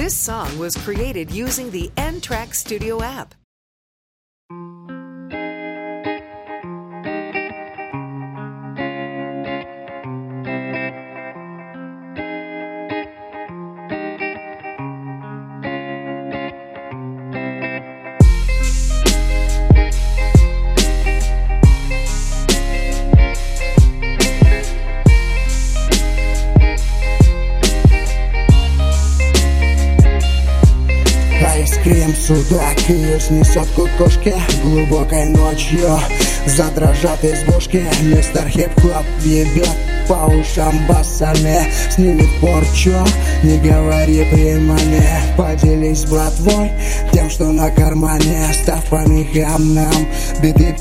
This song was created using the N-Track Studio app. Айскрим, судак, ее снесет кукушки глубокой ночью. Задрожат избушки, мистер хип-хоп ебет по ушам басами, снимет порчу, не говори при маме. Поделись братвой тем, что на кармане, став помехам нам биты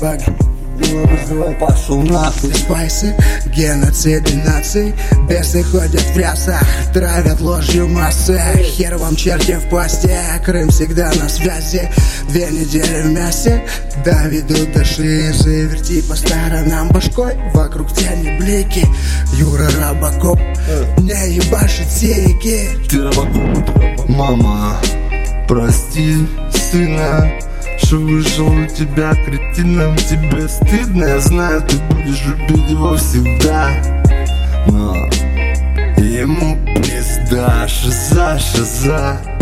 пошел нахуй. Спайсы, геноциды наций, бесы ходят в рясах, травят ложью массы. Хер вам черти в пасти, Крым всегда на связи. 2 недели в мясе, Давиду дошли. Заверти по сторонам башкой, вокруг тени блики. Юра Робокоп, не ебашит сейки. Ты Робокоп, мама, прости сына, что вышел у тебя кретином. Тебе стыдно, я знаю, ты будешь любить его всегда, но ему пизда. Шиза, шиза.